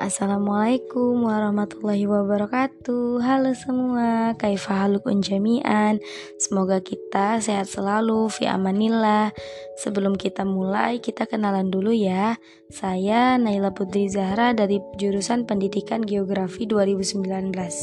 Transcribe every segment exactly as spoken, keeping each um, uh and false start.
Assalamualaikum warahmatullahi wabarakatuh. Halo semua, kaifa halukum jami'an. Semoga kita sehat selalu, fi amanillah. Sebelum kita mulai, kita kenalan dulu ya. Saya Naila Putri Zahra dari jurusan Pendidikan Geografi dua ribu sembilan belas.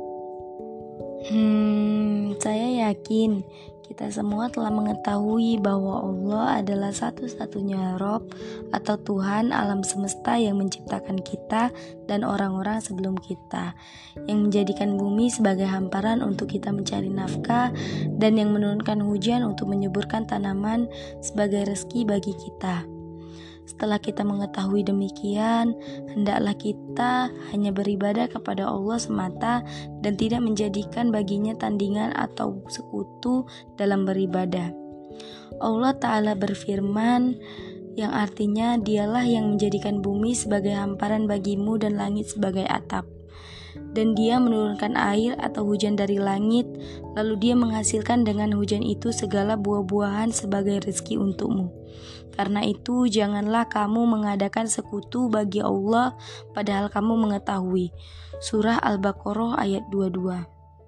Hmm, saya yakin kita semua telah mengetahui bahwa Allah adalah satu-satunya Rob atau Tuhan alam semesta yang menciptakan kita dan orang-orang sebelum kita, yang menjadikan bumi sebagai hamparan untuk kita mencari nafkah, dan yang menurunkan hujan untuk menyuburkan tanaman sebagai rezeki bagi kita. Setelah kita mengetahui demikian, hendaklah kita hanya beribadah kepada Allah semata dan tidak menjadikan baginya tandingan atau sekutu dalam beribadah. Allah Ta'ala berfirman, yang artinya dialah yang menjadikan bumi sebagai hamparan bagimu dan langit sebagai atap. Dan dia menurunkan air atau hujan dari langit, lalu dia menghasilkan dengan hujan itu segala buah-buahan sebagai rezeki untukmu. Karena itu janganlah kamu mengadakan sekutu bagi Allah padahal kamu mengetahui. Surah Al-Baqarah ayat dua puluh dua.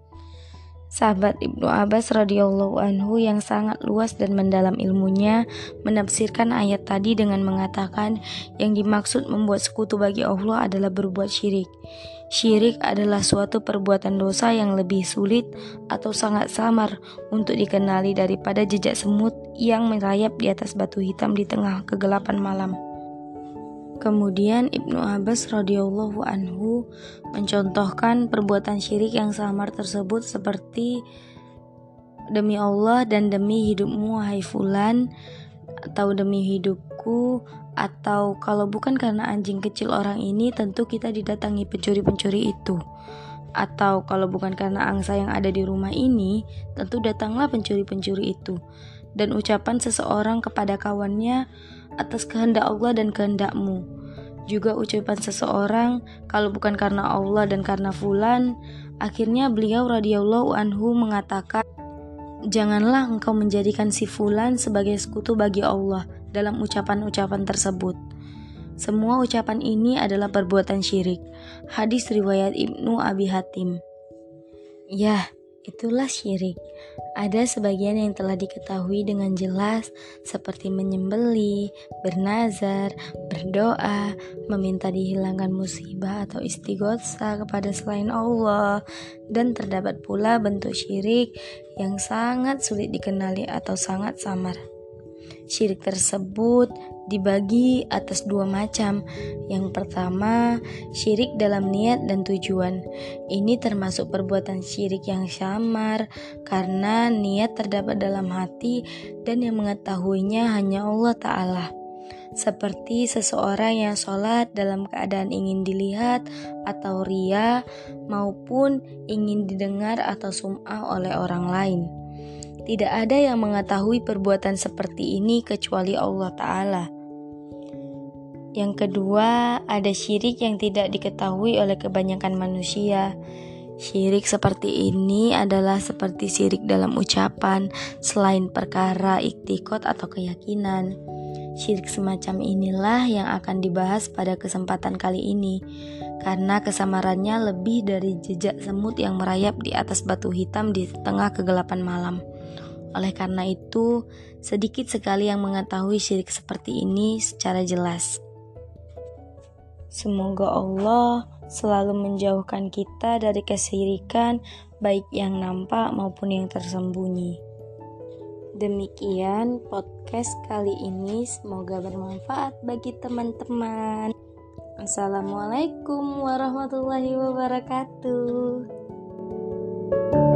Sahabat Ibnu Abbas radhiyallahu anhu yang sangat luas dan mendalam ilmunya menafsirkan ayat tadi dengan mengatakan yang dimaksud membuat sekutu bagi Allah adalah berbuat syirik. Syirik adalah suatu perbuatan dosa yang lebih sulit atau sangat samar untuk dikenali daripada jejak semut yang merayap di atas batu hitam di tengah kegelapan malam. Kemudian Ibnu Abbas radhiyallahu anhu mencontohkan perbuatan syirik yang samar tersebut seperti demi Allah dan demi hidupmu wahai fulan, atau demi hidupku, atau kalau bukan karena anjing kecil orang ini tentu kita didatangi pencuri-pencuri itu, atau kalau bukan karena angsa yang ada di rumah ini tentu datanglah pencuri-pencuri itu. Dan ucapan seseorang kepada kawannya atas kehendak Allah dan kehendakmu. Juga ucapan seseorang kalau bukan karena Allah dan karena fulan. Akhirnya beliau radhiyallahu anhu mengatakan, janganlah engkau menjadikan si fulan sebagai sekutu bagi Allah dalam ucapan-ucapan tersebut. Semua ucapan ini adalah perbuatan syirik. Hadis riwayat Ibnu Abi Hatim. Ya, itulah syirik. Ada sebagian yang telah diketahui dengan jelas seperti menyembelih, bernazar, berdoa, meminta dihilangkan musibah atau istighotsah kepada selain Allah, dan terdapat pula bentuk syirik yang sangat sulit dikenali atau sangat samar. Syirik tersebut dibagi atas dua macam. Yang pertama, syirik dalam niat dan tujuan. Ini termasuk perbuatan syirik yang samar karena niat terdapat dalam hati dan yang mengetahuinya hanya Allah Ta'ala. Seperti seseorang yang sholat dalam keadaan ingin dilihat atau riya, maupun ingin didengar atau sum'ah oleh orang lain. Tidak ada yang mengetahui perbuatan seperti ini kecuali Allah Ta'ala. Yang kedua, ada syirik yang tidak diketahui oleh kebanyakan manusia. Syirik seperti ini adalah seperti syirik dalam ucapan, selain perkara iktikad atau keyakinan. Syirik semacam inilah yang akan dibahas pada kesempatan kali ini, karena kesamarannya lebih dari jejak semut yang merayap di atas batu hitam di tengah kegelapan malam. Oleh karena itu, sedikit sekali yang mengetahui syirik seperti ini secara jelas. Semoga Allah selalu menjauhkan kita dari kesyirikan, baik yang nampak maupun yang tersembunyi. Demikian podcast kali ini, semoga bermanfaat bagi teman-teman. Assalamualaikum warahmatullahi wabarakatuh.